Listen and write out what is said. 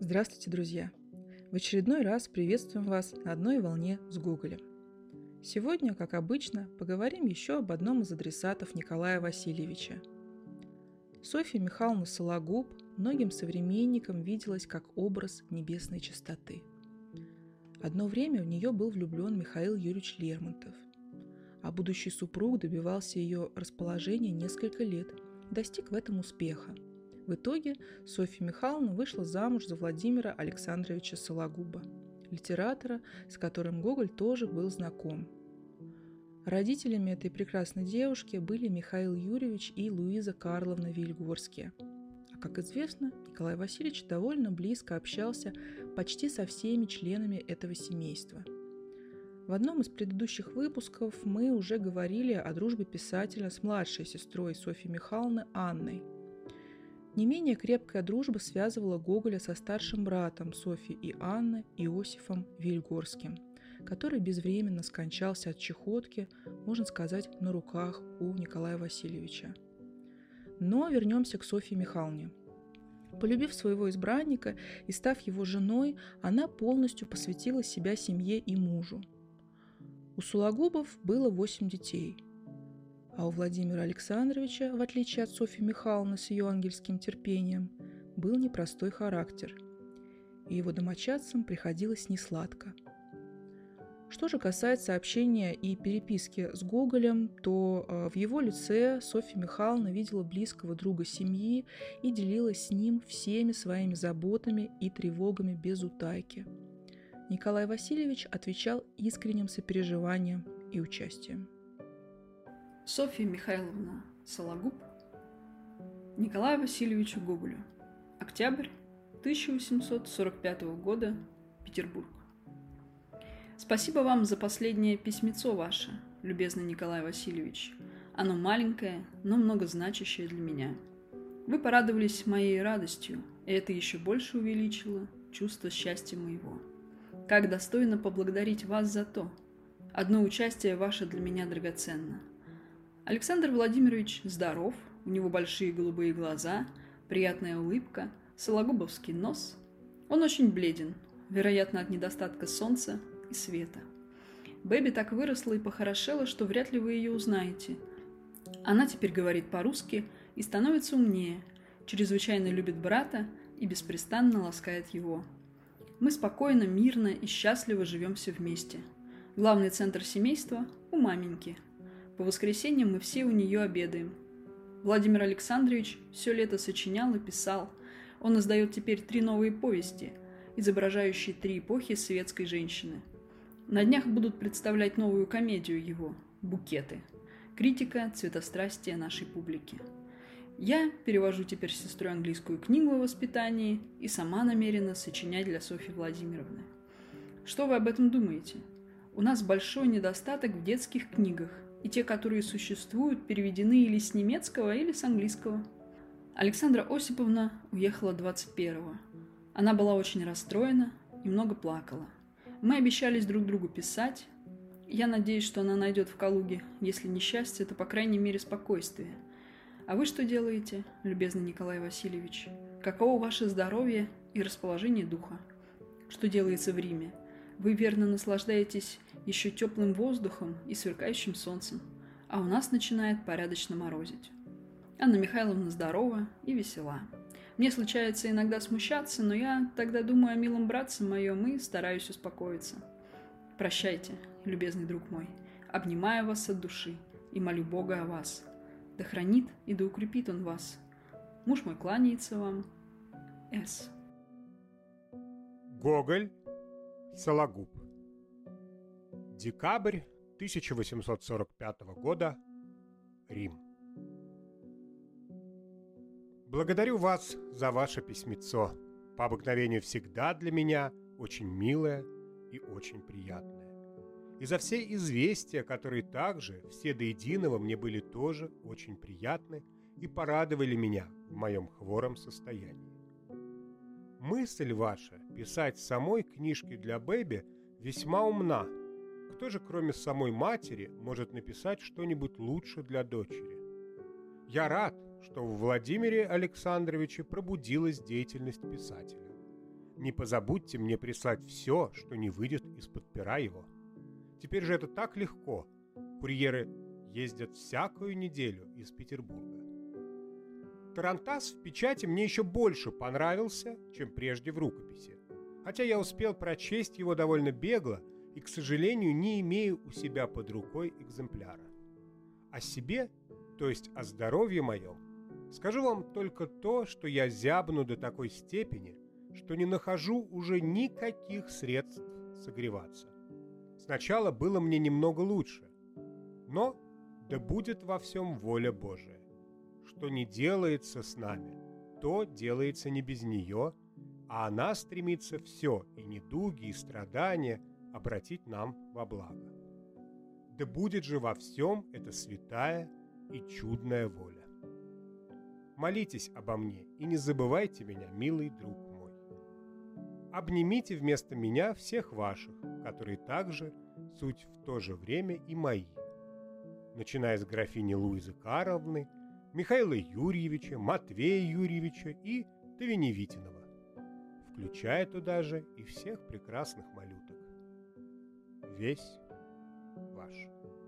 Здравствуйте, друзья! В очередной раз приветствуем вас на одной волне с Гоголем. Сегодня, как обычно, поговорим еще об одном из адресатов Николая Васильевича. Софья Михайловна Сологуб многим современникам виделась как образ небесной чистоты. Одно время в нее был влюблен Михаил Юрьевич Лермонтов, а будущий супруг добивался ее расположения несколько лет и достиг в этом успеха. В итоге Софья Михайловна вышла замуж за Владимира Александровича Сологуба, литератора, с которым Гоголь тоже был знаком. Родителями этой прекрасной девушки были Михаил Юрьевич и Луиза Карловна Вильгорские. А как известно, Николай Васильевич довольно близко общался почти со всеми членами этого семейства. В одном из предыдущих выпусков мы уже говорили о дружбе писателя с младшей сестрой Софьи Михайловны Анной. Не менее крепкая дружба связывала Гоголя со старшим братом Софьи и Анны Иосифом Вильгорским, который безвременно скончался от чахотки, можно сказать, на руках у Николая Васильевича. Но вернемся к Софье Михайловне. Полюбив своего избранника и став его женой, она полностью посвятила себя семье и мужу. У Сологубов было 8 детей, а у Владимира Александровича, в отличие от Софьи Михайловны с ее ангельским терпением, был непростой характер, и его домочадцам приходилось несладко. Что же касается общения и переписки с Гоголем, то в его лице Софья Михайловна видела близкого друга семьи и делилась с ним всеми своими заботами и тревогами без утайки. Николай Васильевич отвечал искренним сопереживанием и участием. Софья Михайловна Сологуб Николаю Васильевичу Гоголю. Октябрь 1845 года. Петербург. Спасибо вам за последнее письмецо ваше, любезный Николай Васильевич. Оно маленькое, но многозначащее для меня. Вы порадовались моей радостью, и это еще больше увеличило чувство счастья моего. Как достойно поблагодарить вас за то. Одно участие ваше для меня драгоценно. Александр Владимирович здоров, у него большие голубые глаза, приятная улыбка, сологубовский нос. Он очень бледен, вероятно, от недостатка солнца и света. Бэби так выросла и похорошела, что вряд ли вы ее узнаете. Она теперь говорит по-русски и становится умнее, чрезвычайно любит брата и беспрестанно ласкает его. Мы спокойно, мирно и счастливо живем все вместе. Главный центр семейства у маменьки. По воскресеньям мы все у нее обедаем. Владимир Александрович все лето сочинял и писал. Он издает теперь 3 новые повести, изображающие 3 эпохи светской женщины. На днях будут представлять новую комедию его «Букеты». Критика цветострастия нашей публики. Я перевожу теперь с сестрой английскую книгу о воспитании и сама намерена сочинять для Софьи Владимировны. Что вы об этом думаете? У нас большой недостаток в детских книгах, и те, которые существуют, переведены или с немецкого, или с английского. Александра Осиповна уехала 21-го. Она была очень расстроена и много плакала. Мы обещались друг другу писать. Я надеюсь, что она найдет в Калуге, если не счастье, то, по крайней мере, спокойствие. А вы что делаете, любезный Николай Васильевич? Каково ваше здоровье и расположение духа? Что делается в Риме? Вы верно наслаждаетесь еще теплым воздухом и сверкающим солнцем, а у нас начинает порядочно морозить. Анна Михайловна здорова и весела. Мне случается иногда смущаться, но я тогда думаю о милом братце моем и стараюсь успокоиться. Прощайте, любезный друг мой. Обнимаю вас от души и молю Бога о вас. Да хранит и да укрепит он вас. Муж мой кланяется вам. С. Гоголь, Сологуб. Декабрь 1845 года. Рим. Благодарю вас за ваше письмецо. По обыкновению всегда для меня очень милое и очень приятное. И за все известия, которые также, все до единого, мне были тоже очень приятны и порадовали меня в моем хвором состоянии. Мысль ваша писать самой книжки для Бэби весьма умна. Кто же, кроме самой матери, может написать что-нибудь лучше для дочери? Я рад, что в Владимире Александровиче пробудилась деятельность писателя. не позабудьте мне прислать все, что не выйдет из-под пера его. Теперь же это так легко. Курьеры ездят всякую неделю из Петербурга. Тарантас в печати мне еще больше понравился, чем прежде в рукописи. Хотя я успел прочесть его довольно бегло и, к сожалению, не имею у себя под рукой экземпляра. О себе, то есть о здоровье моем, скажу вам только то, что я зябну до такой степени, что не нахожу уже никаких средств согреваться. Сначала было мне немного лучше, но да будет во всем воля Божия. Что не делается с нами, то делается не без нее, а она стремится все, и недуги, и страдания, обратить нам во благо. Да будет же во всем эта святая и чудная воля. Молитесь обо мне и не забывайте меня, милый друг мой. Обнимите вместо меня всех ваших, которые также суть в то же время и мои, начиная с графини Луизы Карловны, Михаила Юрьевича, Матвея Юрьевича и Тавеневитинова, включая туда же и всех прекрасных малюток. Весь ваш.